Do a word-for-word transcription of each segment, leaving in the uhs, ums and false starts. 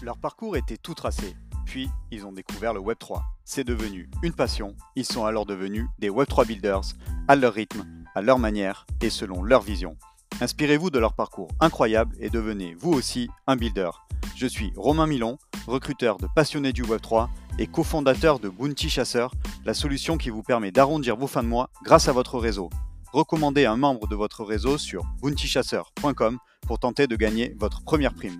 Leur parcours était tout tracé, puis ils ont découvert le web trois. C'est devenu une passion, ils sont alors devenus des web trois builders, à leur rythme, à leur manière et selon leur vision. Inspirez-vous de leur parcours incroyable et devenez vous aussi un builder. Je suis Romain Milon, recruteur de passionnés du web trois et cofondateur de Bounty Chasseur, la solution qui vous permet d'arrondir vos fins de mois grâce à votre réseau. Recommandez un membre de votre réseau sur bounty chasseur point com pour tenter de gagner votre première prime.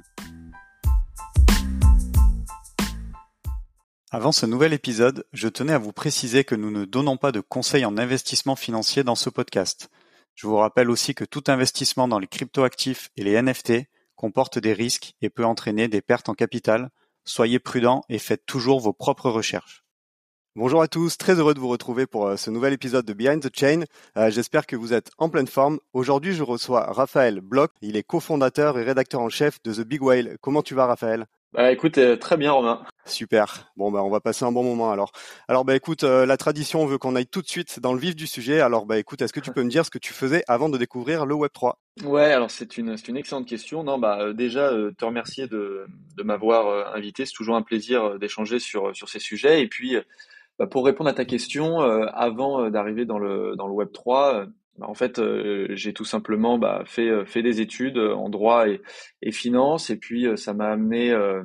Avant ce nouvel épisode, je tenais à vous préciser que nous ne donnons pas de conseils en investissement financier dans ce podcast. Je vous rappelle aussi que tout investissement dans les cryptoactifs et les N F T comporte des risques et peut entraîner des pertes en capital. Soyez prudents et faites toujours vos propres recherches. Bonjour à tous, très heureux de vous retrouver pour euh, ce nouvel épisode de Behind the Chain. Euh, j'espère que vous êtes en pleine forme. Aujourd'hui, je reçois Raphaël Bloch. Il est cofondateur et rédacteur en chef de The Big Whale. Comment tu vas, Raphaël ? Bah écoute, euh, très bien Romain. Super. Bon bah on va passer un bon moment alors. Alors bah écoute, euh, la tradition veut qu'on aille tout de suite dans le vif du sujet. Alors bah écoute, est-ce que tu peux me dire ce que tu faisais avant de découvrir le web trois ? Ouais, alors c'est une c'est une excellente question. Non, bah euh, déjà euh, te remercier de de m'avoir euh, invité. C'est toujours un plaisir euh, d'échanger sur sur ces sujets. Et puis euh, bah, pour répondre à ta question, euh, avant euh, d'arriver dans le dans le web trois, euh, bah, en fait euh, j'ai tout simplement bah, fait euh, fait des études euh, en droit et et finance. Et puis euh, ça m'a amené euh,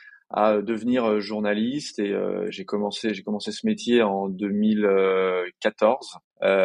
à devenir journaliste et euh, j'ai commencé j'ai commencé ce métier en deux mille quatorze.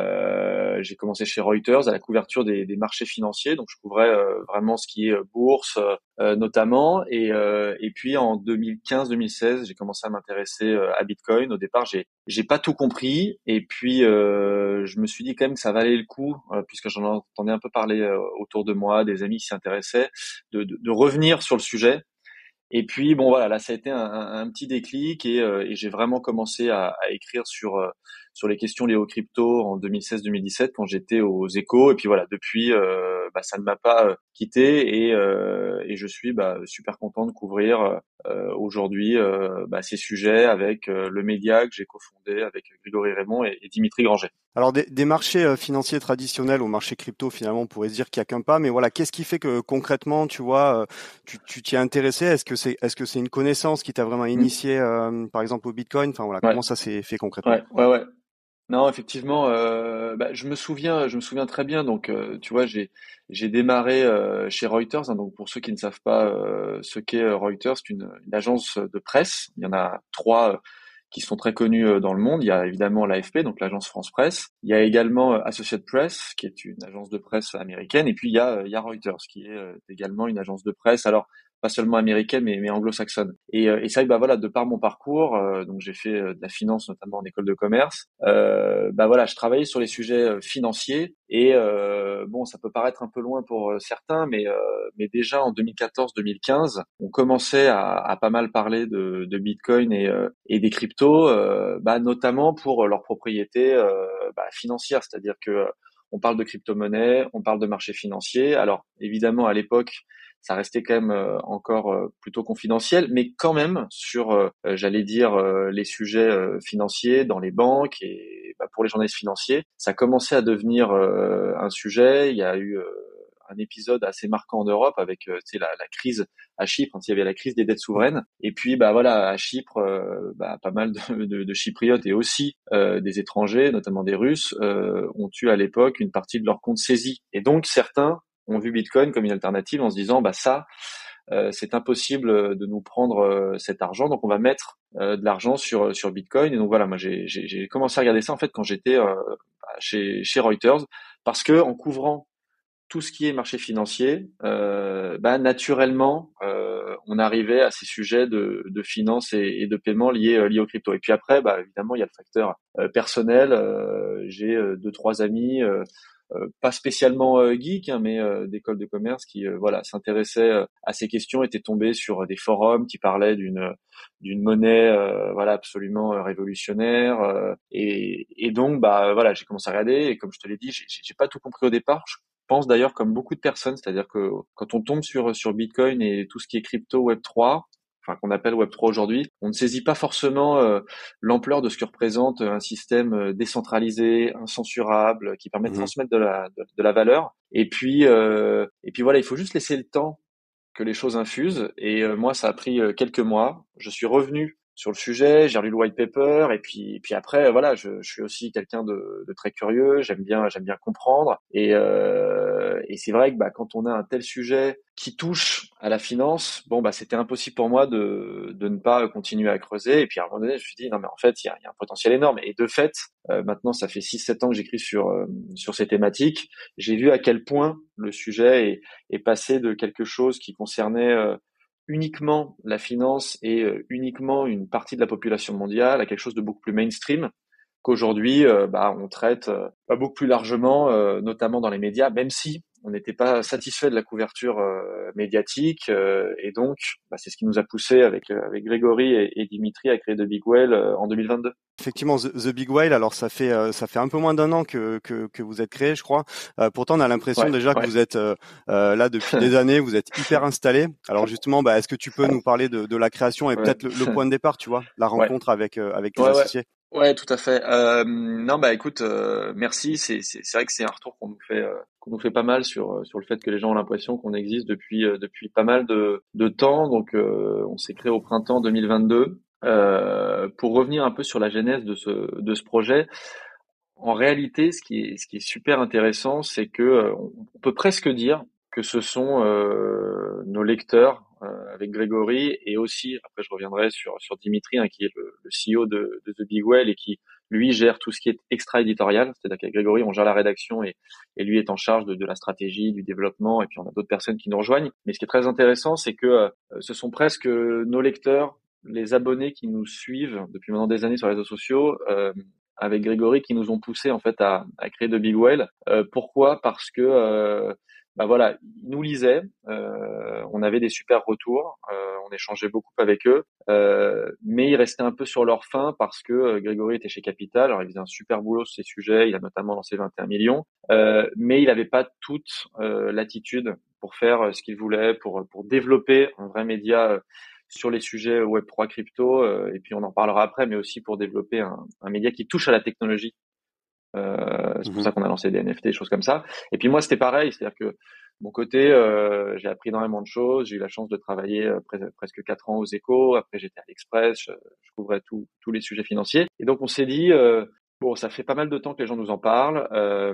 Euh, j'ai commencé chez Reuters à la couverture des, des marchés financiers, donc je couvrais euh, vraiment ce qui est bourse euh, notamment. Et euh, et puis en deux mille quinze deux mille seize, j'ai commencé à m'intéresser euh, à Bitcoin. Au départ, j'ai j'ai pas tout compris et puis euh, je me suis dit quand même que ça valait le coup euh, puisque j'en entendais un peu parler euh, autour de moi, des amis qui s'y intéressaient, de, de, de revenir sur le sujet. Et puis bon voilà, là ça a été un, un, un petit déclic et, euh, et j'ai vraiment commencé à, à écrire sur euh, sur les questions liées aux crypto en deux mille seize deux mille dix-sept quand j'étais aux Échos. Et puis voilà, depuis euh, bah, ça ne m'a pas euh, quitté et euh, et je suis bah, super content de couvrir euh, aujourd'hui euh, bah, ces sujets avec euh, le média que j'ai cofondé avec Grégory Raymond et, et Dimitri Granger. Alors des, des marchés euh, financiers traditionnels au marché crypto, finalement, on pourrait se dire qu'il y a qu'un pas, mais voilà, qu'est-ce qui fait que concrètement, tu vois, euh, tu tu t'y es intéressé ? Est-ce que c'est est-ce que c'est une connaissance qui t'a vraiment Mmh. initié, euh, par exemple, au Bitcoin ? Enfin voilà, Ouais, comment ça s'est fait concrètement ? ouais, ouais, ouais. Non, effectivement, euh, bah, je me souviens, je me souviens très bien. Donc, euh, tu vois, j'ai j'ai démarré euh, chez Reuters. Hein, donc, pour ceux qui ne savent pas euh, ce qu'est euh, Reuters, c'est une, une agence de presse. Il y en a trois euh, qui sont très connues euh, dans le monde. Il y a évidemment l'A F P, donc l'agence France Presse. Il y a également euh, Associated Press, qui est une agence de presse américaine. Et puis il y a, euh, il y a Reuters, qui est euh, également une agence de presse. Alors pas seulement américaine, mais, mais anglo-saxonne. Et, euh, et ça, bah voilà, de par mon parcours, euh, donc j'ai fait euh, de la finance notamment en école de commerce. Euh, bah voilà, je travaillais sur les sujets euh, financiers et euh, bon, ça peut paraître un peu loin pour euh, certains, mais euh, mais déjà en deux mille quatorze deux mille quinze, on commençait à, à pas mal parler de, de Bitcoin et euh, et des cryptos, euh, bah notamment pour leurs propriétés euh, bah, financières, c'est-à-dire que euh, on parle de crypto-monnaie, on parle de marché financier. Alors évidemment à l'époque ça restait quand même euh, encore euh, plutôt confidentiel, mais quand même sur, euh, j'allais dire, euh, les sujets euh, financiers dans les banques et bah, pour les journalistes financiers, ça commençait à devenir euh, un sujet. Il y a eu euh, un épisode assez marquant en Europe avec euh, tu sais, la, la crise à Chypre, quand il y avait la crise des dettes souveraines. Et puis bah voilà, à Chypre, euh, bah, pas mal de, de, de Chypriotes et aussi euh, des étrangers, notamment des Russes, euh, ont eu à l'époque une partie de leur compte saisie. Et donc certains ont vu Bitcoin comme une alternative en se disant bah ça euh, c'est impossible de nous prendre euh, cet argent, donc on va mettre euh, de l'argent sur sur Bitcoin. Et donc voilà, moi j'ai j'ai, j'ai commencé à regarder ça en fait quand j'étais euh, bah, chez chez Reuters, parce que en couvrant tout ce qui est marché financier, euh, bah naturellement euh, on arrivait à ces sujets de de finance et, et de paiement liés liés aux crypto. Et puis après bah évidemment il y a le facteur euh, personnel. Euh, j'ai euh, deux trois amis euh, euh, pas spécialement euh, geek, hein, mais euh, d'école de commerce qui euh, voilà s'intéressaient euh, à ces questions, étaient tombés sur des forums qui parlaient d'une d'une monnaie euh, voilà absolument euh, révolutionnaire euh, et, et donc bah voilà j'ai commencé à regarder et comme je te l'ai dit j'ai, j'ai pas tout compris au départ. Je pense d'ailleurs comme beaucoup de personnes, c'est-à-dire que quand on tombe sur sur Bitcoin et tout ce qui est crypto web trois, enfin qu'on appelle web trois aujourd'hui, on ne saisit pas forcément euh, l'ampleur de ce que représente un système décentralisé, incensurable, qui permet de Mhm. transmettre de la, de, de la valeur. Et puis, euh, et puis voilà, il faut juste laisser le temps que les choses infusent. Et euh, moi, ça a pris euh, quelques mois. Je suis revenu sur le sujet, j'ai relu le white paper, et puis, et puis après, voilà, je, je suis aussi quelqu'un de, de très curieux. J'aime bien, j'aime bien comprendre. Et, euh, et c'est vrai que bah, quand on a un tel sujet qui touche à la finance, bon bah c'était impossible pour moi de de ne pas continuer à creuser. Et puis à un moment donné, je me suis dit non mais en fait il y a, il y a un potentiel énorme. Et de fait, euh, maintenant ça fait six sept ans que j'écris sur euh, sur ces thématiques. J'ai vu à quel point le sujet est est passé de quelque chose qui concernait euh, uniquement la finance et euh, uniquement une partie de la population mondiale à quelque chose de beaucoup plus mainstream qu'aujourd'hui, euh, bah, on traite euh, beaucoup plus largement, euh, notamment dans les médias, même si on n'était pas satisfait de la couverture euh, médiatique, euh, et donc bah, c'est ce qui nous a poussé avec euh, avec Grégory et, et Dimitri à créer The Big Whale euh, en deux mille vingt-deux. Effectivement, The, The Big Whale, alors ça fait euh, ça fait un peu moins d'un an que, que que vous êtes créé, je crois. Euh, pourtant, on a l'impression Ouais, déjà que ouais. vous êtes euh, euh, là depuis des années, vous êtes hyper installé. Alors justement, bah, est-ce que tu peux nous parler de, de la création et Ouais. peut-être le, le point de départ, tu vois, la Ouais. rencontre avec euh, avec tes Ouais, ouais. associés? Ouais, tout à fait. Euh, non, bah écoute, euh, merci. C'est, c'est, c'est vrai que c'est un retour qu'on nous fait, euh, qu'on nous fait pas mal sur euh, sur le fait que les gens ont l'impression qu'on existe depuis euh, depuis pas mal de de temps. Donc, euh, on s'est créé au printemps deux mille vingt-deux. Euh, pour revenir un peu sur la genèse de ce de ce projet, en réalité, ce qui est ce qui est super intéressant, c'est que euh, on on peut presque dire que ce sont euh, nos lecteurs euh, avec Grégory, et aussi après je reviendrai sur sur Dimitri, hein, qui est le, le C E O de, de The Big Well et qui lui gère tout ce qui est extra éditorial, c'est-à-dire qu'avec Grégory on gère la rédaction, et, et lui est en charge de, de la stratégie, du développement, et puis on a d'autres personnes qui nous rejoignent. Mais ce qui est très intéressant, c'est que euh, ce sont presque nos lecteurs, les abonnés qui nous suivent depuis maintenant des années sur les réseaux sociaux, euh, avec Grégory, qui nous ont poussé en fait à, à créer The Big Whale. Euh, pourquoi? Parce que euh, bah voilà, ils nous lisaient, euh, on avait des super retours, euh, on échangeait beaucoup avec eux, euh, mais ils restaient un peu sur leur faim parce que euh, Grégory était chez Capital. Alors il faisait un super boulot sur ces sujets, il a notamment lancé vingt et un millions, euh, mais il n'avait pas toute euh, l'attitude pour faire euh, ce qu'il voulait, pour pour développer un vrai média euh, sur les sujets web trois crypto, euh, et puis on en parlera après, mais aussi pour développer un, un média qui touche à la technologie. Euh, c'est pour Mhm. ça qu'on a lancé des N F T, des choses comme ça. Et puis moi, c'était pareil, c'est-à-dire que de mon côté, euh, j'ai appris énormément de choses. J'ai eu la chance de travailler euh, pres- presque quatre ans aux Échos. Après, j'étais à l'Express, je, je couvrais tout- tous les sujets financiers. Et donc, on s'est dit, euh, bon, ça fait pas mal de temps que les gens nous en parlent. Euh,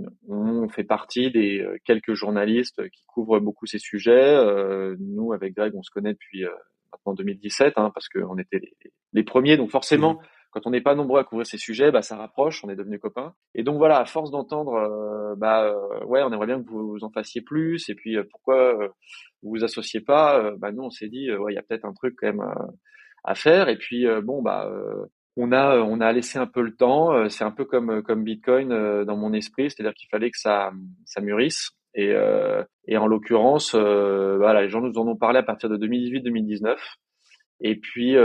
on fait partie des euh, quelques journalistes qui couvrent beaucoup ces sujets. Euh, nous, avec Greg, on se connaît depuis euh, maintenant deux mille dix-sept, hein, parce qu'on était les, les premiers. Donc, Mhm. forcément, quand on n'est pas nombreux à couvrir ces sujets, bah ça rapproche, on est devenus copains. Et donc voilà, à force d'entendre, euh, bah euh, ouais, on aimerait bien que vous, vous en fassiez plus. Et puis euh, pourquoi euh, vous vous associez pas? Euh, bah nous, on s'est dit, euh, ouais, il y a peut-être un truc quand même euh, à faire. Et puis euh, bon, bah euh, on a on a laissé un peu le temps. Euh, C'est un peu comme comme Bitcoin euh, dans mon esprit, c'est-à-dire qu'il fallait que ça ça mûrisse. Et euh, et en l'occurrence, euh, voilà, les gens nous en ont parlé à partir de deux mille dix-huit deux mille dix-neuf. Et puis,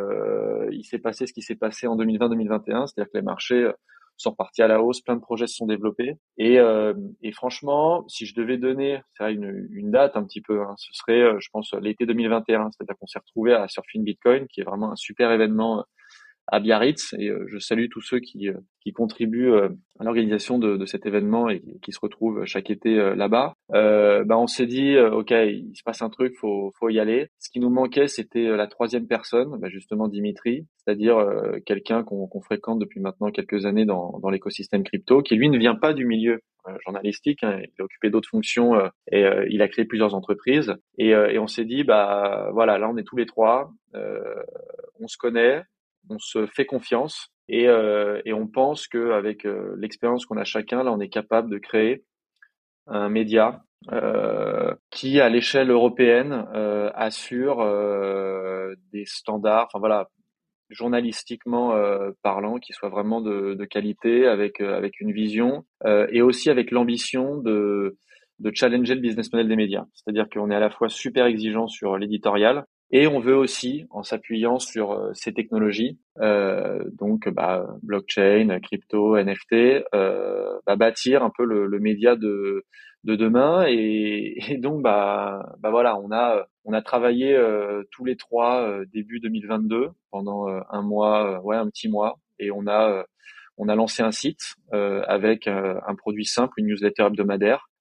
euh, il s'est passé ce qui s'est passé en deux mille vingt deux mille vingt et un, c'est-à-dire que les marchés euh, sont repartis à la hausse, plein de projets se sont développés. Et, euh, et franchement, si je devais donner, c'est vrai, une, une date un petit peu, hein, ce serait, euh, je pense, l'été deux mille vingt et un, c'est-à-dire qu'on s'est retrouvé à Surfing Bitcoin, qui est vraiment un super événement à Biarritz, et euh, je salue tous ceux qui, euh, qui contribuent euh, à l'organisation de, de cet événement et qui se retrouvent chaque été euh, là-bas. Euh, bah on s'est dit euh, ok, il se passe un truc, faut faut y aller. Ce qui nous manquait, c'était euh, la troisième personne, bah, justement Dimitri, c'est-à-dire euh, quelqu'un qu'on qu'on fréquente depuis maintenant quelques années dans dans l'écosystème crypto, qui lui ne vient pas du milieu euh, journalistique, hein, il a occupé d'autres fonctions, euh, et euh, il a créé plusieurs entreprises, et, euh, et on s'est dit bah voilà, là on est tous les trois, euh, on se connaît, on se fait confiance, et, euh, et on pense qu'avec euh, l'expérience qu'on a chacun, là, on est capable de créer un média euh, qui, à l'échelle européenne, euh, assure euh, des standards, enfin voilà, journalistiquement euh, parlant, qui soit vraiment de, de qualité, avec euh, avec une vision, euh, et aussi avec l'ambition de de challenger le business model des médias. C'est-à-dire qu'on est à la fois super exigeant sur l'éditorial, et on veut aussi, en s'appuyant sur euh, ces technologies, euh, donc bah, blockchain, crypto, N F T, euh, bah, bâtir un peu le, le média de de demain. Et, et donc bah bah voilà, on a on a travaillé euh, tous les trois euh, début deux mille vingt-deux pendant euh, un mois, euh, ouais un petit mois, et on a euh, on a lancé un site euh, avec euh, un produit simple, une newsletter hebdomadaire,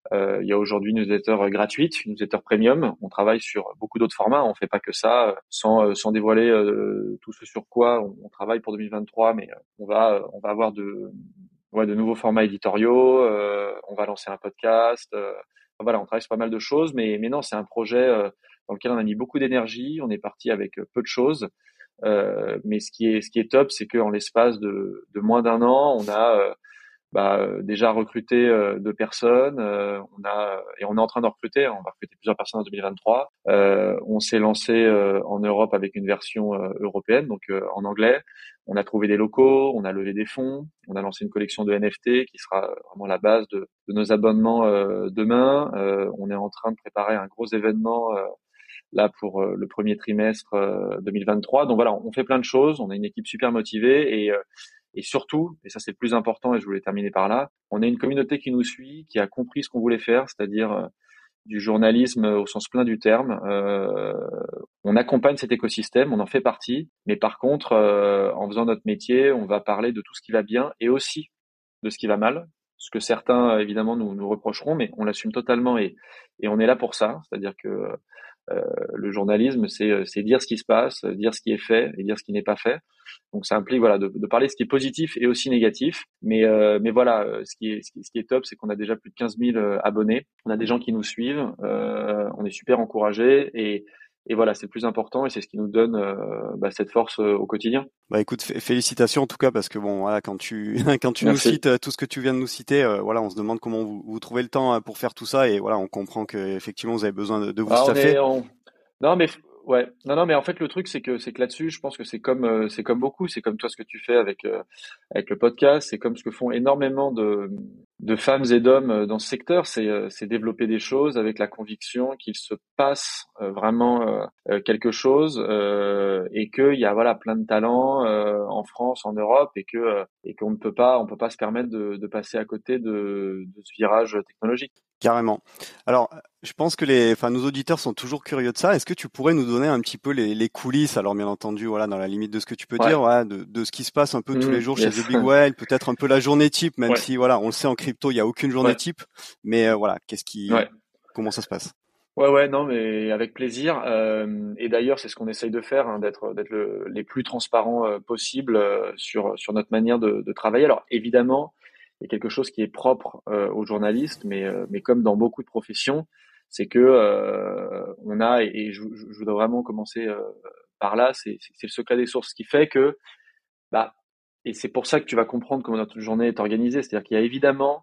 Euh, il y a aujourd'hui une newsletter gratuite, une newsletter premium. On travaille sur beaucoup d'autres formats. On fait pas que ça, euh, sans euh, sans dévoiler euh, tout ce sur quoi on, on travaille pour deux mille vingt-trois. Mais euh, on va on va avoir de ouais, de nouveaux formats éditoriaux. Euh, on va lancer un podcast. Euh, enfin, voilà, on travaille sur pas mal de choses. Mais mais non, c'est un projet euh, dans lequel on a mis beaucoup d'énergie. On est parti avec euh, peu de choses. Euh, mais ce qui est ce qui est top, c'est qu'en l'espace de de moins d'un an, on a euh, bah, euh, déjà recruté euh, deux personnes, euh, on a et on est en train de recruter, hein, on va recruter plusieurs personnes en deux mille vingt-trois. Euh, on s'est lancé euh, en Europe avec une version euh, européenne, donc euh, en anglais. On a trouvé des locaux, on a levé des fonds, on a lancé une collection de N F T qui sera vraiment la base de, de nos abonnements euh, demain. Euh, on est en train de préparer un gros événement euh, là pour euh, le premier trimestre euh, deux mille vingt-trois. Donc voilà, on fait plein de choses, on a une équipe super motivée et euh, et surtout, et ça c'est le plus important et je voulais terminer par là, on a une communauté qui nous suit, qui a compris ce qu'on voulait faire, c'est-à-dire euh, du journalisme au sens plein du terme. Euh, on accompagne cet écosystème, on en fait partie, mais par contre, euh, en faisant notre métier, on va parler de tout ce qui va bien et aussi de ce qui va mal, ce que certains évidemment nous, nous reprocheront, mais on l'assume totalement et, et on est là pour ça, c'est-à-dire que euh, le journalisme, c'est, c'est dire ce qui se passe, dire ce qui est fait et dire ce qui n'est pas fait. Donc ça implique voilà de, de parler de ce qui est positif et aussi négatif. Mais euh, mais voilà, euh, ce qui est ce qui, ce qui est top, c'est qu'on a déjà plus de quinze mille euh, abonnés. On a des gens qui nous suivent. Euh, on est super encouragés et et voilà, c'est le plus important et c'est ce qui nous donne euh, bah, cette force euh, au quotidien. Bah écoute, fé- félicitations en tout cas parce que bon voilà quand tu quand tu nous Merci. cites euh, tout ce que tu viens de nous citer, euh, voilà on se demande comment vous, vous trouvez le temps euh, pour faire tout ça et voilà on comprend que effectivement vous avez besoin de, de vous Ah, on staffer. est on... Non mais f- ouais, non non mais en fait le truc c'est que c'est que là-dessus, je pense que c'est comme euh, c'est comme beaucoup, c'est comme toi ce que tu fais avec euh, avec le podcast, c'est comme ce que font énormément de de femmes et d'hommes euh, dans ce secteur, c'est euh, c'est développer des choses avec la conviction qu'il se passe euh, vraiment euh, euh, quelque chose euh, et qu'il y a voilà plein de talents euh, en France, en Europe et que euh, et qu'on ne peut pas on peut pas se permettre de de passer à côté de de ce virage technologique. Carrément. Alors, je pense que les, enfin, nos auditeurs sont toujours curieux de ça. Est-ce que tu pourrais nous donner un petit peu les, les coulisses, alors bien entendu, voilà, dans la limite de ce que tu peux Ouais. dire, voilà, de, de ce qui se passe un peu tous les Mhm. jours chez The Yes. Big Whale, peut-être un peu la journée type, même Ouais. si, voilà, on le sait en crypto, il n'y a aucune journée Ouais. type. Mais euh, voilà, qu'est-ce qui, Ouais. comment ça se passe? Ouais, ouais, non, mais avec plaisir. Euh, et d'ailleurs, c'est ce qu'on essaye de faire, hein, d'être, d'être le- les plus transparents euh, possible euh, sur sur notre manière de, de travailler. Alors, évidemment, il y a quelque chose qui est propre euh, aux journalistes, mais euh, mais comme dans beaucoup de professions, c'est que euh, on a et, et je, je je voudrais vraiment commencer euh, par là. C'est c'est c'est le secret des sources qui fait que bah et c'est pour ça que tu vas comprendre comment notre journée est organisée. C'est-à-dire qu'il y a évidemment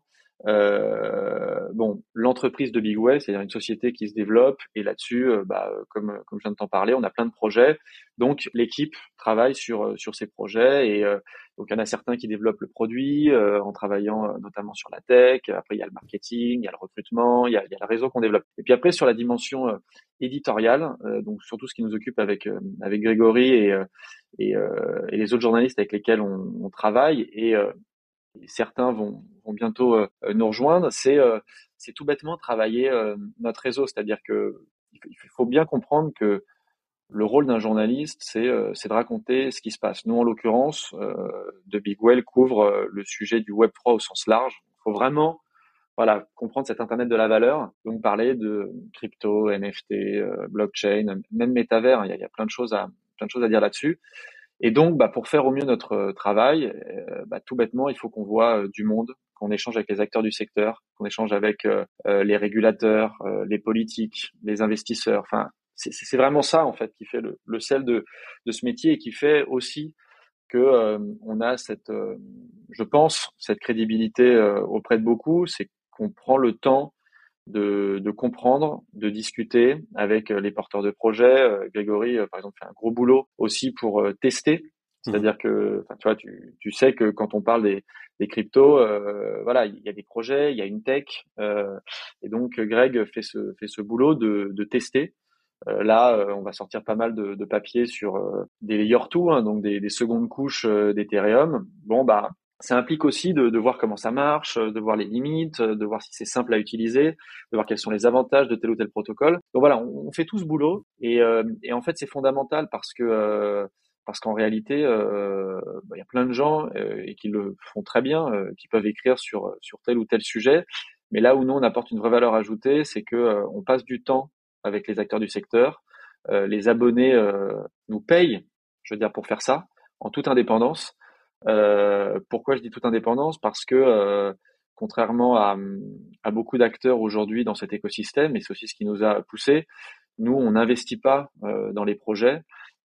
euh, bon, l'entreprise de Big Well, c'est-à-dire une société qui se développe, et là-dessus, euh, bah, euh, comme, comme je viens de t'en parler, on a plein de projets. Donc, l'équipe travaille sur, euh, sur ces projets, et euh, donc il y en a certains qui développent le produit euh, en travaillant euh, notamment sur la tech. Après, il y a le marketing, il y a le recrutement, il y a, il y a le réseau qu'on développe. Et puis après, sur la dimension euh, éditoriale, euh, donc surtout ce qui nous occupe avec, euh, avec Grégory et, euh, et, euh, et les autres journalistes avec lesquels on, on travaille, et euh, certains vont, vont bientôt euh, nous rejoindre, c'est euh, c'est tout bêtement travailler euh, notre réseau. C'est-à-dire que il faut bien comprendre que le rôle d'un journaliste, c'est euh, c'est de raconter ce qui se passe. Nous, en l'occurrence, euh, de Big Well couvre euh, le sujet du Web trois au sens large. Il faut vraiment voilà, comprendre cet Internet de la valeur, donc parler de crypto, N F T, euh, blockchain, même métavers, hein, il y a, il y a plein de choses à plein de choses à dire là-dessus. Et donc, bah, pour faire au mieux notre euh, travail, euh, bah, tout bêtement, il faut qu'on voit euh, du monde, qu'on échange avec les acteurs du secteur, qu'on échange avec euh, euh, les régulateurs, euh, les politiques, les investisseurs. Enfin, c'est c'est vraiment ça en fait qui fait le, le sel de, de ce métier et qui fait aussi que euh, on a cette, euh, je pense, cette crédibilité euh, auprès de beaucoup, c'est qu'on prend le temps de, de comprendre, de discuter avec euh, les porteurs de projets. Euh, Grégory, euh, par exemple, fait un gros boulot aussi pour euh, tester. Mhm. C'est-à-dire que, enfin, tu vois, tu, tu sais que quand on parle des, des cryptos, euh, voilà, il y a des projets, il y a une tech, euh, et donc Greg fait ce fait ce boulot de, de tester. Euh, là, euh, on va sortir pas mal de, de papiers sur euh, des layer deux, hein, donc des, des secondes couches euh, d'Ethereum. Bon, bah, ça implique aussi de, de voir comment ça marche, euh, de voir les limites, euh, de voir si c'est simple à utiliser, de voir quels sont les avantages de tel ou tel protocole. Donc voilà, on, on fait tout ce boulot et, euh, et en fait c'est fondamental parce que euh, parce qu'en réalité, euh, bah, il y a plein de gens euh, et qui le font très bien, euh, qui peuvent écrire sur sur tel ou tel sujet, Mais là où nous, on apporte une vraie valeur ajoutée, c'est que euh, on passe du temps avec les acteurs du secteur. Euh, les abonnés euh, nous payent, je veux dire, pour faire ça, en toute indépendance. Euh, pourquoi je dis toute indépendance? Parce que euh, contrairement à, à beaucoup d'acteurs aujourd'hui dans cet écosystème, et c'est aussi ce qui nous a poussé, nous, on n'investit pas euh, dans les projets.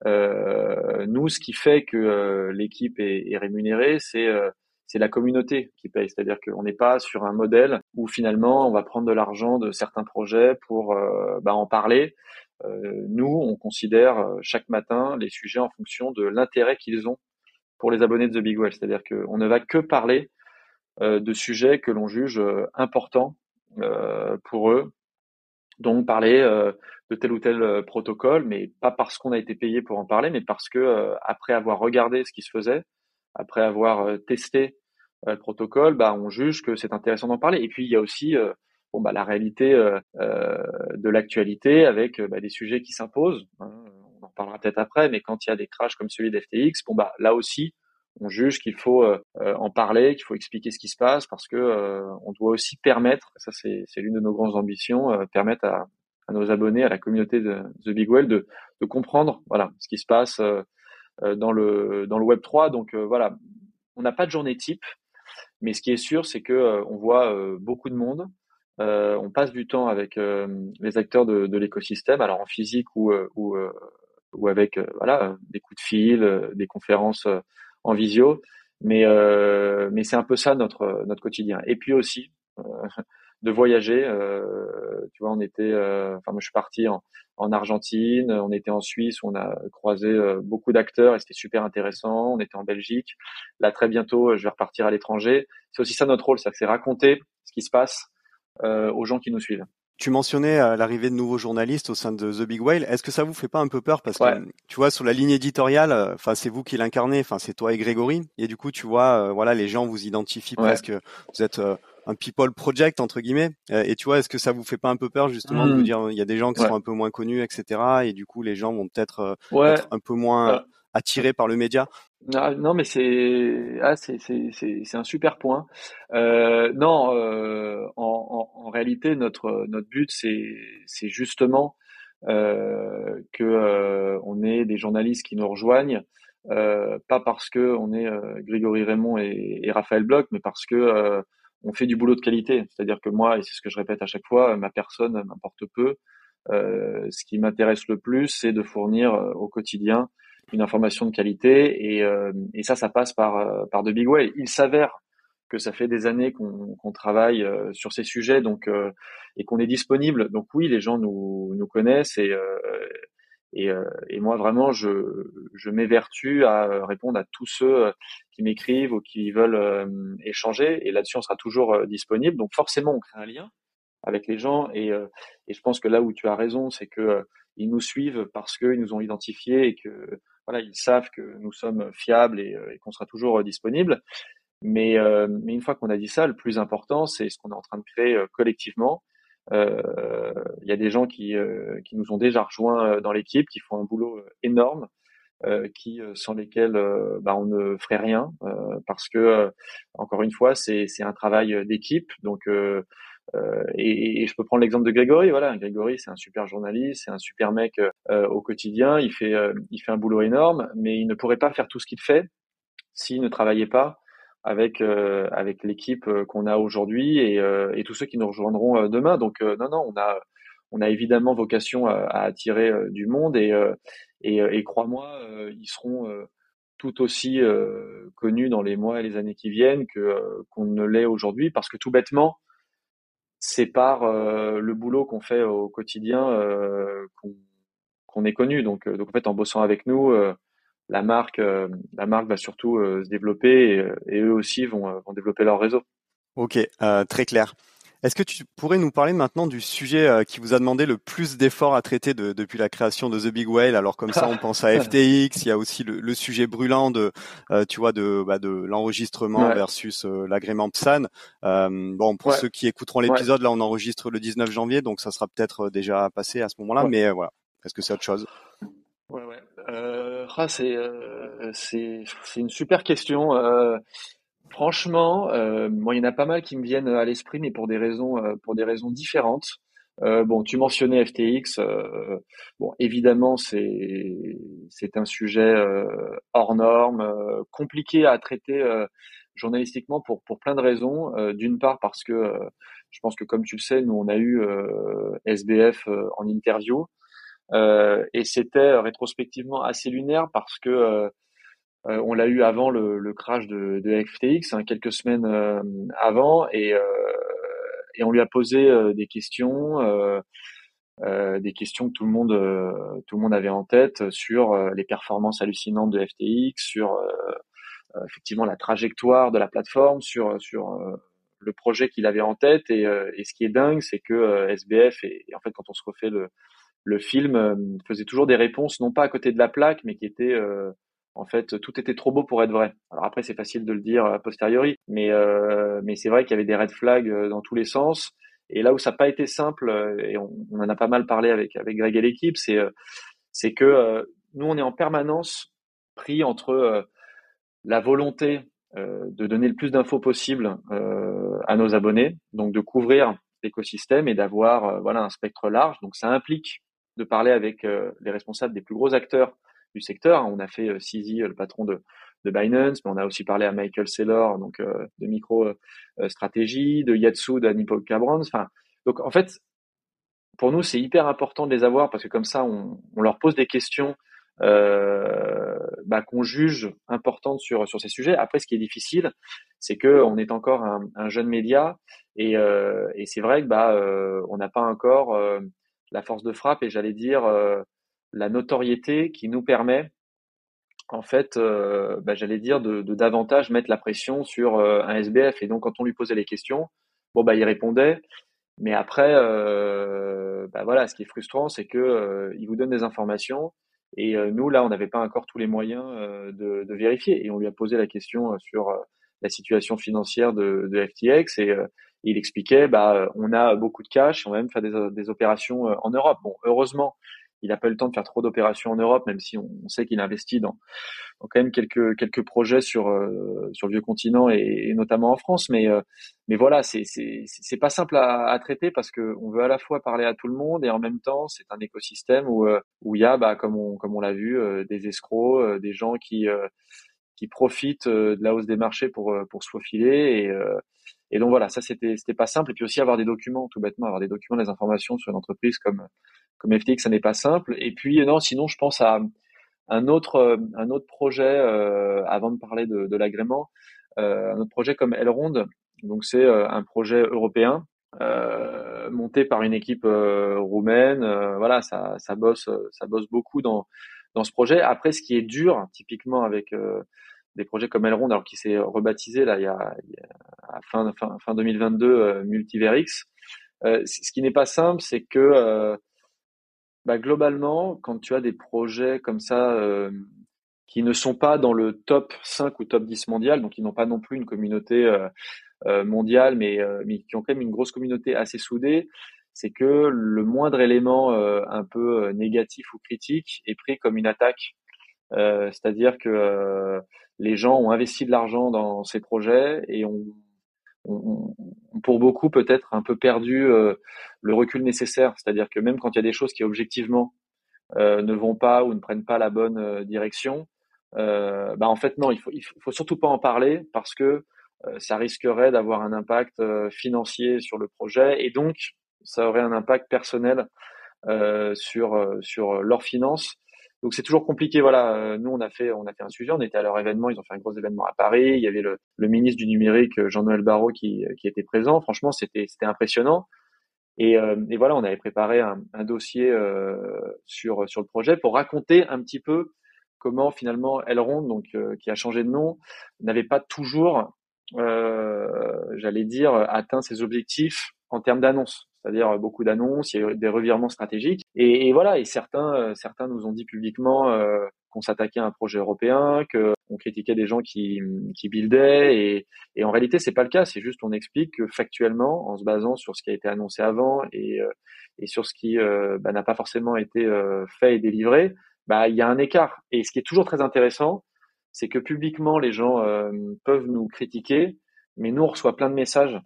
Euh, nous, ce qui fait que euh, l'équipe est, est rémunérée, c'est euh, c'est la communauté qui paye. C'est-à-dire qu'on n'est pas sur un modèle où finalement on va prendre de l'argent de certains projets pour euh, bah, en parler. Euh, nous, on considère euh, chaque matin les sujets en fonction de l'intérêt qu'ils ont pour les abonnés de The Big Well. C'est-à-dire qu'on ne va que parler euh, de sujets que l'on juge euh, importants euh, pour eux. Donc parler euh, de tel ou tel euh, protocole, mais pas parce qu'on a été payé pour en parler, mais parce que euh, après avoir regardé ce qui se faisait, après avoir euh, testé euh, le protocole, bah on juge que c'est intéressant d'en parler. Et puis il y a aussi euh, bon bah la réalité euh, euh, de l'actualité avec euh, bah, des sujets qui s'imposent. Hein. On en parlera peut-être après, mais quand il y a des crashs comme celui d'F T X, bon bah là aussi on juge qu'il faut euh, euh, en parler, qu'il faut expliquer ce qui se passe parce que euh, on doit aussi permettre, ça c'est c'est l'une de nos grandes ambitions, euh, permettre à, à nos abonnés, à la communauté de The Big Well de de comprendre voilà ce qui se passe euh, euh, dans le dans le Web trois. Donc euh, voilà, on n'a pas de journée type, mais ce qui est sûr, c'est que euh, on voit euh, beaucoup de monde. Euh, on passe du temps avec euh, les acteurs de, de l'écosystème, alors en physique ou euh, ou, euh, ou avec euh, voilà des coups de fil, euh, des conférences euh, en visio. Mais euh, mais c'est un peu ça notre notre quotidien. Et puis aussi euh, de voyager. Euh, tu vois, on était, euh, enfin moi je suis parti en en Argentine, on était en Suisse, où on a croisé euh, beaucoup d'acteurs et c'était super intéressant. On était en Belgique. Là très bientôt, je vais repartir à l'étranger. C'est aussi ça notre rôle, c'est raconter ce qui se passe euh, aux gens qui nous suivent. Tu mentionnais euh, l'arrivée de nouveaux journalistes au sein de The Big Whale. Est-ce que ça vous fait pas un peu peur parce que Ouais, tu vois sur la ligne éditoriale, euh, enfin c'est vous qui l'incarnez, enfin c'est toi et Grégory, et du coup tu vois, euh, voilà les gens vous identifient ouais. presque, vous êtes euh, un people project entre guillemets. Euh, et tu vois, est-ce que ça vous fait pas un peu peur justement de vous Mmh, dire il y a des gens qui ouais, seront un peu moins connus, et cetera. Et du coup les gens vont peut-être euh, ouais. être un peu moins Euh, attirés par le média. Ah, non, mais c'est ah, c'est c'est c'est c'est un super point. Euh, non, euh, en, en en réalité, notre notre but, c'est c'est justement euh, que euh, on ait des journalistes qui nous rejoignent, euh, pas parce que on est euh, Grégory Raymond et, et Raphaël Bloch, mais parce que euh, on fait du boulot de qualité. C'est-à-dire que moi, et c'est ce que je répète à chaque fois, ma personne m'importe peu. Euh, ce qui m'intéresse le plus, c'est de fournir euh, au quotidien une information de qualité et, euh, et ça, ça passe par, euh, par The Big Way. Il s'avère que ça fait des années qu'on qu'on travaille euh, sur ces sujets donc euh, et qu'on est disponible. Donc oui, les gens nous, nous connaissent et, euh, et, euh, et moi vraiment, je, je m'évertue à répondre à tous ceux qui m'écrivent ou qui veulent euh, échanger et là-dessus, on sera toujours euh, disponible. Donc forcément, on crée un lien avec les gens et, euh, et je pense que là où tu as raison, c'est que euh, ils nous suivent parce qu'ils nous ont identifiés et que voilà, ils savent que nous sommes fiables et, euh, et qu'on sera toujours euh, disponible. Mais, euh, mais une fois qu'on a dit ça, le plus important, c'est ce qu'on est en train de créer euh, collectivement. Euh, Il y a des gens qui, euh, qui nous ont déjà rejoints euh, dans l'équipe, qui font un boulot euh, énorme, euh, qui euh, sans lesquels euh, bah, on ne ferait rien, euh, parce que euh, encore une fois, c'est c'est un travail d'équipe. Donc euh, euh, et, et je peux prendre l'exemple de Grégory. Voilà, Grégory, c'est un super journaliste, c'est un super mec euh, au quotidien. Il fait, euh, il fait un boulot énorme, mais il ne pourrait pas faire tout ce qu'il fait s'il ne travaillait pas avec euh, avec l'équipe euh, qu'on a aujourd'hui et, euh, et tous ceux qui nous rejoindront euh, demain. Donc euh, non, non, on a on a évidemment vocation à, à attirer euh, du monde et euh, et, euh, et crois-moi, euh, ils seront euh, tout aussi euh, connus dans les mois et les années qui viennent que euh, qu'on ne l'est aujourd'hui parce que tout bêtement c'est par euh, le boulot qu'on fait au quotidien euh, qu'on qu'on est connu. Donc, euh, donc en fait, en bossant avec nous, euh, la marque, euh, la marque va surtout euh, se développer et, euh, et eux aussi vont, euh, vont développer leur réseau. Ok, euh, très clair. Est-ce que tu pourrais nous parler maintenant du sujet euh, qui vous a demandé le plus d'efforts à traiter de- depuis la création de The Big Whale? Alors comme ça, on pense à F T X, il y a aussi le, le sujet brûlant de, euh, tu vois, de, bah, de l'enregistrement Ouais, versus euh, l'agrément P S A N. Euh, bon, pour ouais, ceux qui écouteront ouais, l'épisode, là, on enregistre le dix-neuf janvier, donc ça sera peut-être euh, déjà passé à ce moment-là, ouais, mais euh, voilà. Est-ce que c'est autre chose? ouais, ouais. Euh, ah, c'est, euh, c'est, c'est une super question. Euh, Franchement, euh, moi, il y en a pas mal qui me viennent à l'esprit, mais pour des raisons, euh, pour des raisons différentes. Euh, bon, tu mentionnais F T X. Euh, bon, évidemment, c'est c'est un sujet euh, hors norme, euh, compliqué à traiter euh, journalistiquement pour pour plein de raisons. Euh, d'une part parce que euh, je pense que comme tu le sais, nous on a eu euh, S B F euh, en interview euh, et c'était euh, rétrospectivement assez lunaire parce que euh, euh, on l'a eu avant le, le crash de, de F T X, hein, quelques semaines euh, avant, et, euh, et on lui a posé euh, des questions, euh, euh, des questions que tout le monde, euh, tout le monde avait en tête sur euh, les performances hallucinantes de F T X, sur euh, effectivement la trajectoire de la plateforme, sur sur euh, le projet qu'il avait en tête. Et, euh, et ce qui est dingue, c'est que euh, S B F et, et en fait quand on se refait le le film euh, faisait toujours des réponses, non pas à côté de la plaque, mais qui étaient, euh, en fait, tout était trop beau pour être vrai. Alors après, c'est facile de le dire a posteriori, mais, euh, mais c'est vrai qu'il y avait des red flags euh, dans tous les sens. Et là où ça n'a pas été simple, euh, et on, on en a pas mal parlé avec, avec Greg et l'équipe, c'est euh, c'est que euh, nous, on est en permanence pris entre euh, la volonté euh, de donner le plus d'infos possible euh, à nos abonnés, donc de couvrir l'écosystème et d'avoir euh, voilà un spectre large. Donc ça implique de parler avec euh, les responsables des plus gros acteurs du secteur. On a fait euh, Sizi, le patron de, de Binance, mais on a aussi parlé à Michael Saylor, donc euh, de Micro euh, Stratégie, de Yatsu, d'Anipol Cabrons. Enfin, donc en fait, pour nous, c'est hyper important de les avoir parce que comme ça, on, on leur pose des questions euh, bah, qu'on juge importantes sur sur ces sujets. Après, ce qui est difficile, c'est que on est encore un, un jeune média et, euh, et c'est vrai que bah euh, on n'a pas encore euh, la force de frappe et j'allais dire euh, la notoriété qui nous permet en fait, euh, bah, j'allais dire de, de davantage mettre la pression sur euh, un S B F. Et donc, quand on lui posait les questions, bon bah il répondait. Mais après, euh, bah voilà, ce qui est frustrant, c'est que euh, ils vous donnent des informations et euh, nous là, on n'avait pas encore tous les moyens euh, de, de vérifier. Et on lui a posé la question euh, sur euh, la situation financière de, de F T X et euh, il expliquait, bah on a beaucoup de cash, on va même faire des, des opérations euh, en Europe. Bon, heureusement, il n'a pas eu le temps de faire trop d'opérations en Europe, même si on, on sait qu'il investit dans donc quand même quelques quelques projets sur euh, sur le vieux continent et, et notamment en France, mais euh, mais voilà, c'est c'est c'est pas simple à, à traiter parce que on veut à la fois parler à tout le monde et en même temps c'est un écosystème où euh, où il y a bah comme on comme on l'a vu euh, des escrocs, euh, des gens qui euh, qui profitent euh, de la hausse des marchés pour euh, pour se faufiler et euh, et donc voilà, ça c'était c'était pas simple et puis aussi avoir des documents tout bêtement, avoir des documents, des informations sur une entreprise comme comme F T X, ça n'est pas simple. Et puis non, sinon je pense à un autre, euh, un autre projet, euh, avant de parler de, de l'agrément, euh, un autre projet comme Elrond, donc c'est euh, un projet européen euh, monté par une équipe euh, roumaine. Euh, voilà, ça, ça bosse, ça bosse beaucoup dans dans ce projet. Après, ce qui est dur, typiquement avec euh, des projets comme Elrond, alors qui s'est rebaptisé là, il y a, il y a à fin fin fin deux mille vingt-deux euh, Multiverix. Euh, ce qui n'est pas simple, c'est que euh, bah, globalement, quand tu as des projets comme ça euh, qui ne sont pas dans le top cinq ou top dix mondial, donc ils n'ont pas non plus une communauté euh, euh, mondiale, mais, euh, mais qui ont quand même une grosse communauté assez soudée, c'est que le moindre élément euh, un peu euh, négatif ou critique est pris comme une attaque. Euh, c'est-à-dire que euh, les gens ont investi de l'argent dans ces projets et ont, ont- ont pour beaucoup peut-être un peu perdu euh, le recul nécessaire. C'est-à-dire que même quand il y a des choses qui objectivement euh, ne vont pas ou ne prennent pas la bonne euh, direction, euh, bah en fait non, il faut, il faut faut surtout pas en parler parce que euh, ça risquerait d'avoir un impact euh, financier sur le projet et donc ça aurait un impact personnel euh, sur euh, sur leurs finances. Donc c'est toujours compliqué. Voilà, euh, nous on a fait on a fait un sujet, on était à leur événement, ils ont fait un gros événement à Paris. Il y avait le, le ministre du numérique Jean-Noël Barrot qui qui était présent. Franchement, c'était c'était impressionnant. Et, euh, et voilà, on avait préparé un, un dossier euh, sur sur le projet pour raconter un petit peu comment finalement Elrond, donc euh, qui a changé de nom, n'avait pas toujours, euh, j'allais dire, atteint ses objectifs en termes d'annonces. C'est-à-dire beaucoup d'annonces, il y a eu des revirements stratégiques. Et, et voilà, et certains euh, certains nous ont dit publiquement euh, qu'on s'attaquait à un projet européen, qu'on critiquait des gens qui qui buildaient et et en réalité, c'est pas le cas. C'est juste on explique que factuellement, en se basant sur ce qui a été annoncé avant et, euh, et sur ce qui euh, bah, n'a pas forcément été euh, fait et délivré, bah il y a un écart. Et ce qui est toujours très intéressant, c'est que publiquement, les gens euh, peuvent nous critiquer, mais nous, on reçoit plein de messages,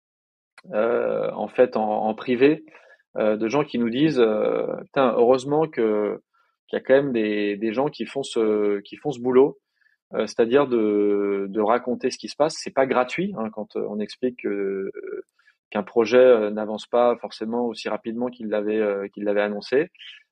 euh, en fait, en, en privé, euh, de gens qui nous disent, euh, putain, heureusement que qu'il y a quand même des, des gens qui font ce qui font ce boulot, euh, c'est-à-dire de, de raconter ce qui se passe. C'est pas gratuit, hein, quand euh, on explique que, euh, qu'un projet euh, n'avance pas forcément aussi rapidement qu'il l'avait euh, qu'il l'avait annoncé.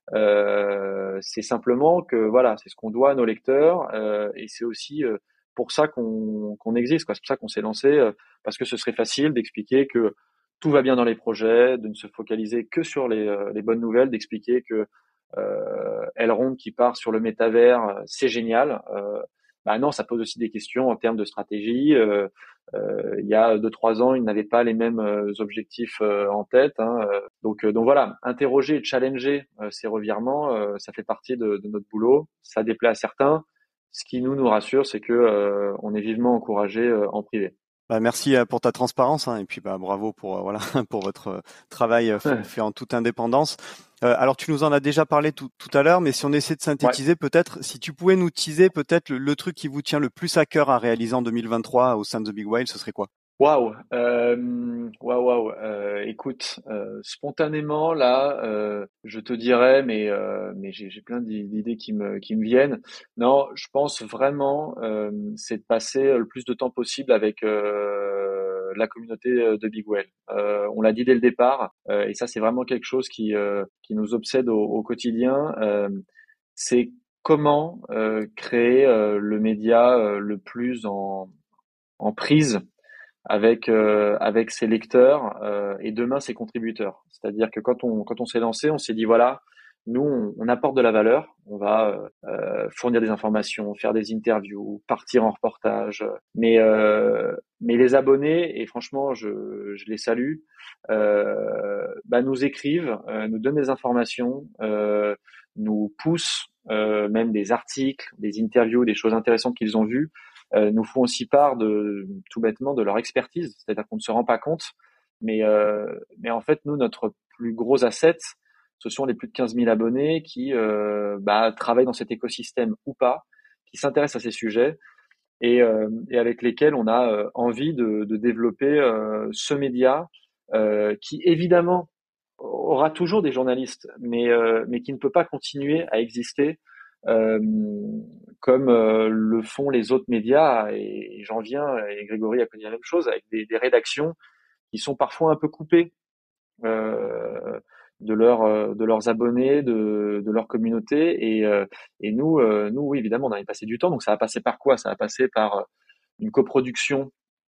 Euh, c'est simplement que voilà, c'est ce qu'on doit à nos lecteurs, euh, et c'est aussi euh, pour ça qu'on qu'on existe, quoi. C'est pour ça qu'on s'est lancé, euh, parce que ce serait facile d'expliquer que tout va bien dans les projets, de ne se focaliser que sur les, euh, les bonnes nouvelles, d'expliquer que euh, Elrond qui part sur le métavers, euh, c'est génial. Euh, bah non, ça pose aussi des questions en termes de stratégie. Euh, euh, il y a deux trois ans, ils n'avaient pas les mêmes euh, objectifs euh, en tête, hein. Euh, donc, euh, donc voilà, interroger et challenger euh, ces revirements, euh, ça fait partie de, de notre boulot. Ça déplaît à certains. Ce qui nous nous rassure, c'est que euh, on est vivement encouragé euh, en privé. Bah, merci euh, pour ta transparence, hein, et puis bah, bravo pour euh, voilà pour votre euh, travail euh, f- fait en toute indépendance. Euh, alors tu nous en as déjà parlé tout, tout à l'heure, mais si on essaie de Ouais. synthétiser, peut-être si tu pouvais nous teaser peut-être le, le truc qui vous tient le plus à cœur à réaliser en deux mille vingt-trois au sein de The Big Whale, ce serait quoi? Waouh, euh, waouh, waouh. Euh, écoute, euh, spontanément là, euh, je te dirais, mais euh, mais j'ai j'ai plein d'i- d'idées qui me qui me viennent. Non, je pense vraiment, euh, c'est de passer le plus de temps possible avec euh, la communauté euh, de Big Well. Euh, on l'a dit dès le départ, euh, et ça c'est vraiment quelque chose qui euh, qui nous obsède au, au quotidien. Euh, c'est comment euh, créer euh, le média euh, le plus en en prise avec euh, avec ses lecteurs euh, et demain ses contributeurs. C'est-à-dire que quand on quand on s'est lancé, on s'est dit voilà, nous on, on apporte de la valeur, on va euh, fournir des informations, faire des interviews, partir en reportage, mais euh, mais les abonnés et franchement je je les salue, euh, bah nous écrivent, euh, nous donnent des informations, euh, nous poussent euh, même des articles, des interviews, des choses intéressantes qu'ils ont vues, euh, nous font aussi part de tout bêtement de leur expertise, c'est-à-dire qu'on ne se rend pas compte, mais euh, mais en fait nous notre plus gros asset, ce sont les plus de quinze mille abonnés qui euh, bah, travaillent dans cet écosystème ou pas, qui s'intéressent à ces sujets et, euh, et avec lesquels on a euh, envie de, de développer euh, ce média euh, qui évidemment aura toujours des journalistes, mais euh, mais qui ne peut pas continuer à exister euh, comme euh, le font les autres médias. Et, et j'en viens, et Grégory a connu la même chose, avec des, des rédactions qui sont parfois un peu coupées euh, de leurs euh, de leurs abonnés, de, de leur communauté. Et, euh, et nous, euh, nous, oui, évidemment, on a passé du temps. Donc ça a passé par quoi? Ça a passé par une coproduction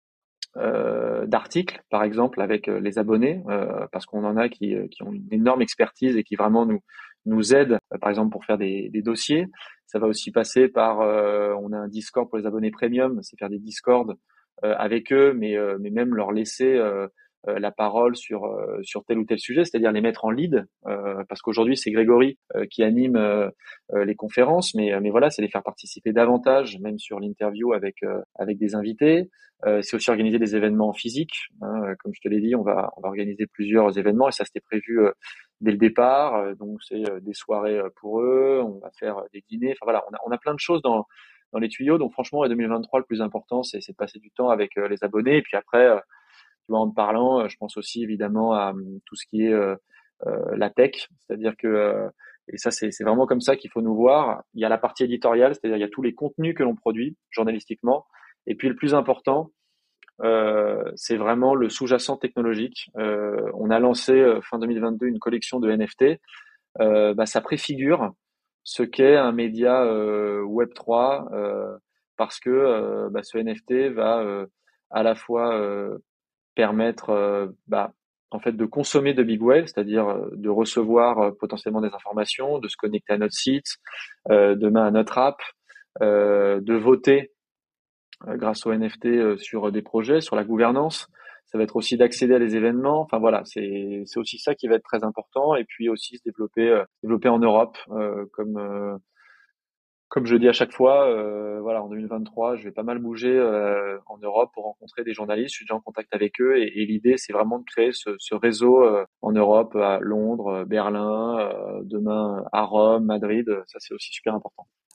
euh, d'articles, par exemple, avec euh, les abonnés, euh, parce qu'on en a qui, euh, qui ont une énorme expertise et qui vraiment nous nous aident, euh, par exemple, pour faire des, des dossiers. Ça va aussi passer par, euh, on a un Discord pour les abonnés premium, c'est faire des Discords euh, avec eux, mais euh, mais même leur laisser euh, euh, la parole sur euh, sur tel ou tel sujet, c'est-à-dire les mettre en lead, euh, parce qu'aujourd'hui c'est Grégory euh, qui anime euh, euh, les conférences, mais mais voilà, c'est les faire participer davantage, même sur l'interview avec euh, avec des invités. Euh, c'est aussi organiser des événements physiques, hein. Comme je te l'ai dit, on va, on va organiser plusieurs événements et ça c'était prévu euh, dès le départ. Euh, donc c'est euh, des soirées euh, pour eux, on va faire euh, des dîners. Enfin voilà, on a, on a plein de choses dans, dans les tuyaux. Donc franchement, en deux mille vingt-trois, le plus important, c'est, c'est de passer du temps avec euh, les abonnés. Et puis après, euh, tu vois, en te parlant, euh, je pense aussi évidemment à um, tout ce qui est euh, euh, la tech, c'est-à-dire que euh, et ça c'est, c'est vraiment comme ça qu'il faut nous voir. Il y a la partie éditoriale, c'est-à-dire il y a tous les contenus que l'on produit journalistiquement. Et puis le plus important, euh, c'est vraiment le sous-jacent technologique. Euh, on a lancé euh, fin deux mille vingt-deux une collection de N F T. Euh, bah, ça préfigure ce qu'est un média euh, web trois euh, parce que euh, bah, ce N F T va euh, à la fois euh, permettre euh, bah, en fait de consommer de Big Whale, c'est-à-dire euh, de recevoir euh, potentiellement des informations, de se connecter à notre site, euh, demain à notre app, euh, de voter euh, grâce au N F T euh, sur des projets, sur la gouvernance. Ça va être aussi d'accéder à des événements. Enfin voilà, c'est c'est aussi ça qui va être très important. Et puis aussi se développer euh, développer en Europe, euh, comme euh, comme je dis à chaque fois. Euh, voilà, en deux mille vingt-trois, je vais pas mal bouger euh, en Europe pour rencontrer des journalistes. Je suis déjà en contact avec eux et, et l'idée c'est vraiment de créer ce, ce réseau euh, en Europe, à Londres, Berlin, euh, demain à Rome, Madrid. Ça c'est aussi super important.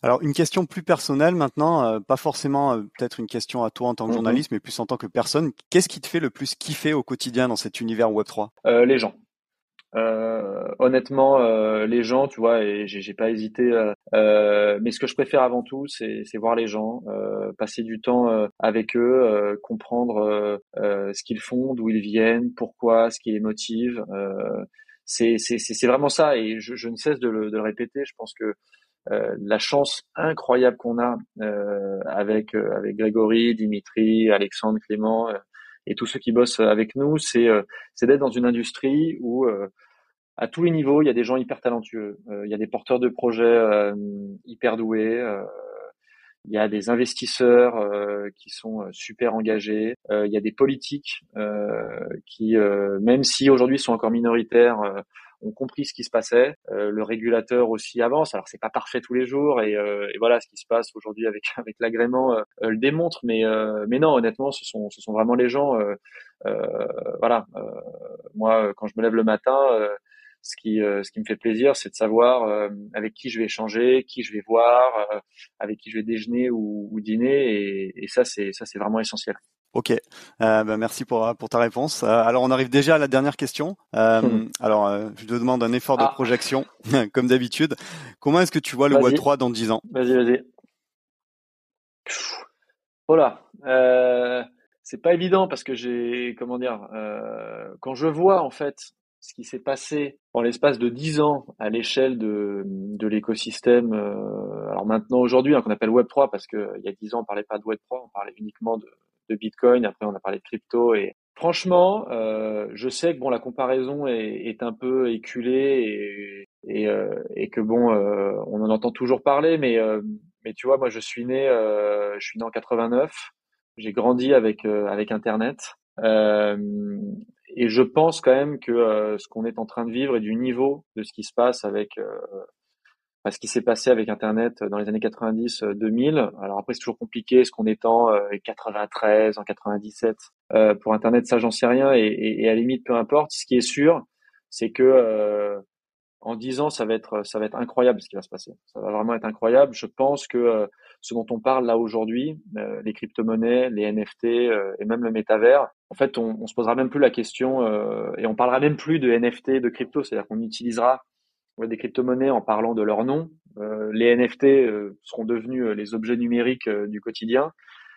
Alors, une question plus personnelle maintenant, euh, pas forcément euh, peut-être une question à toi en tant que Mhm. journaliste, mais plus en tant que personne. Qu'est-ce qui te fait le plus kiffer au quotidien dans cet univers web trois? Euh, les gens. Euh, honnêtement, euh, les gens, tu vois, et j'ai j'ai pas hésité. Euh, euh, mais ce que je préfère avant tout, c'est c'est voir les gens, euh, passer du temps euh, avec eux, euh, comprendre euh, euh, ce qu'ils font, d'où ils viennent, pourquoi, ce qui les motive. Euh, c'est c'est c'est c'est vraiment ça, et je, je ne cesse de le, de le répéter. Je pense que euh, la chance incroyable qu'on a euh, avec euh, avec Grégory, Dimitri, Alexandre, Clément euh, et tous ceux qui bossent avec nous, c'est euh, c'est d'être dans une industrie où euh, à tous les niveaux, il y a des gens hyper talentueux, euh, il y a des porteurs de projets euh, hyper doués, euh, il y a des investisseurs euh, qui sont euh, super engagés, euh, il y a des politiques euh, qui, euh, même si aujourd'hui sont encore minoritaires, euh, ont compris ce qui se passait. Euh, le régulateur aussi avance. Alors c'est pas parfait tous les jours, et, euh, et voilà, ce qui se passe aujourd'hui avec avec l'agrément euh, euh, le démontre. Mais euh, mais non, honnêtement, ce sont ce sont vraiment les gens. Euh, euh, voilà. Euh, moi, quand je me lève le matin, euh, ce qui, euh, ce qui me fait plaisir, c'est de savoir euh, avec qui je vais échanger, qui je vais voir, euh, avec qui je vais déjeuner ou, ou dîner, et, et ça, c'est ça, c'est vraiment essentiel. Ok, euh, bah, merci pour, pour ta réponse. Euh, alors, on arrive déjà à la dernière question. Euh, alors, euh, je te demande un effort de Ah, projection, comme d'habitude. Comment est-ce que tu vois le web vas-y, trois dans dix ans? vas-y, vas-y. Voilà. Euh, c'est pas évident parce que j'ai, comment dire, euh, quand je vois en fait ce qui s'est passé en l'espace de dix ans à l'échelle de, de l'écosystème, euh, alors maintenant aujourd'hui, hein, qu'on appelle web trois, parce que il y a dix ans on parlait pas de web trois, on parlait uniquement de, de Bitcoin. Après on a parlé de crypto, et franchement, euh, je sais que bon, la comparaison est, est un peu éculée, et, et, euh, et que bon, euh, on en entend toujours parler, mais euh, mais tu vois, moi, je suis né, euh, je suis né en quatre-vingt-neuf. J'ai grandi avec euh, avec Internet, euh, et je pense quand même que euh, ce qu'on est en train de vivre, et du niveau de ce qui se passe avec euh, enfin, ce qui s'est passé avec Internet dans les années quatre-vingt-dix, deux mille. Alors après, c'est toujours compliqué. Ce qu'on est en euh, quatre-vingt-treize, en quatre-vingt-dix-sept euh, pour Internet, ça, j'en sais rien, et, et, et à la limite, peu importe. Ce qui est sûr, c'est que euh, en dix ans, ça va être, ça va être incroyable ce qui va se passer. Ça va vraiment être incroyable. Je pense que euh, ce dont on parle là aujourd'hui, euh, les crypto-monnaies, les N F T euh, et même le métavers, en fait, on, on se posera même plus la question euh, et on parlera même plus de N F T, de crypto. C'est-à-dire qu'on utilisera ouais, des crypto-monnaies en parlant de leur nom. Euh, les N F T euh, seront devenus euh, les objets numériques euh, du quotidien.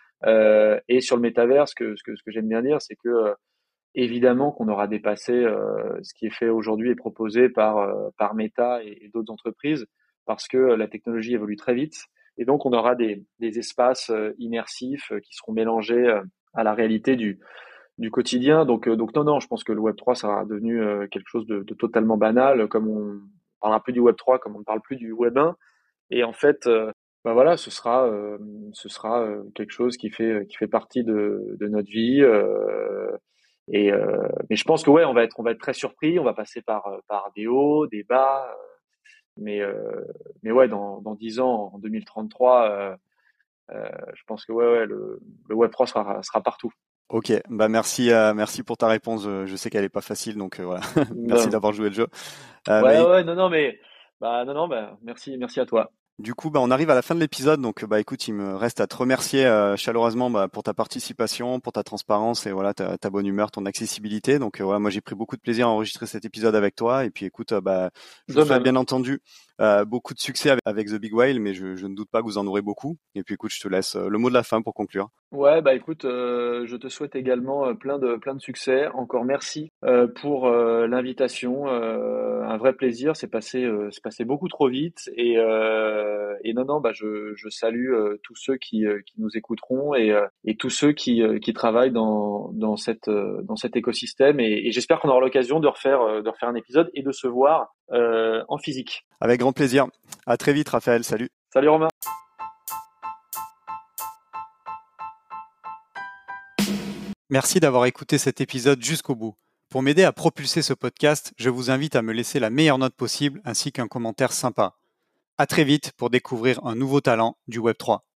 Euh, et sur le métavers, ce que, ce que, ce que j'aime bien dire, c'est que euh, évidemment qu'on aura dépassé euh, ce qui est fait aujourd'hui et proposé par euh, par Meta et, et d'autres entreprises, parce que la technologie évolue très vite, et donc on aura des des espaces euh, immersifs euh, qui seront mélangés euh, à la réalité du du quotidien. Donc euh, donc non non, je pense que le Web trois sera devenu euh, quelque chose de, de totalement banal, comme on parlera plus du Web trois, comme on ne parle plus du Web un. Et en fait, euh, bah voilà, ce sera, euh, ce sera euh, quelque chose qui fait, qui fait partie de, de notre vie. Euh, et euh, mais je pense que ouais, on va être, on va être très surpris. On va passer par, euh, par des hauts, des bas. euh, Mais, euh, mais ouais, dans, dans dix ans, en deux mille trente-trois, euh, euh, je pense que ouais, ouais, le, le Web trois sera, sera partout. Ok, bah merci, euh, merci pour ta réponse. Euh, Je sais qu'elle est pas facile, donc euh, voilà. Merci Ben, d'avoir joué le jeu. Euh, ouais, mais ouais, non, non, mais bah non, non, bah merci, merci à toi. du coup, bah, on arrive à la fin de l'épisode, donc bah écoute, il me reste à te remercier euh, chaleureusement bah, pour ta participation, pour ta transparence et voilà ta, ta bonne humeur, ton accessibilité. Donc euh, voilà, moi j'ai pris beaucoup de plaisir à enregistrer cet épisode avec toi. Et puis écoute, euh, bah je vous De souhaite même. bien entendu euh, beaucoup de succès avec, avec The Big Whale, mais je, je ne doute pas que vous en aurez beaucoup. Et puis écoute, je te laisse euh, le mot de la fin pour conclure. Ouais, bah écoute, euh, je te souhaite également euh, plein de plein de succès. Encore merci euh, pour euh, l'invitation. Euh, un vrai plaisir. C'est passé, euh, c'est passé beaucoup trop vite. Et, euh, et non, non, bah je, je salue euh, tous ceux qui, euh, qui nous écouteront, et, euh, et tous ceux qui, euh, qui travaillent dans dans cette euh, dans cet écosystème. Et, et j'espère qu'on aura l'occasion de refaire euh, de refaire un épisode et de se voir euh, en physique. Avec grand plaisir. À très vite, Raphaël. Salut. Salut Romain. Merci d'avoir écouté cet épisode jusqu'au bout. Pour m'aider à propulser ce podcast, je vous invite à me laisser la meilleure note possible ainsi qu'un commentaire sympa. À très vite pour découvrir un nouveau talent du web trois.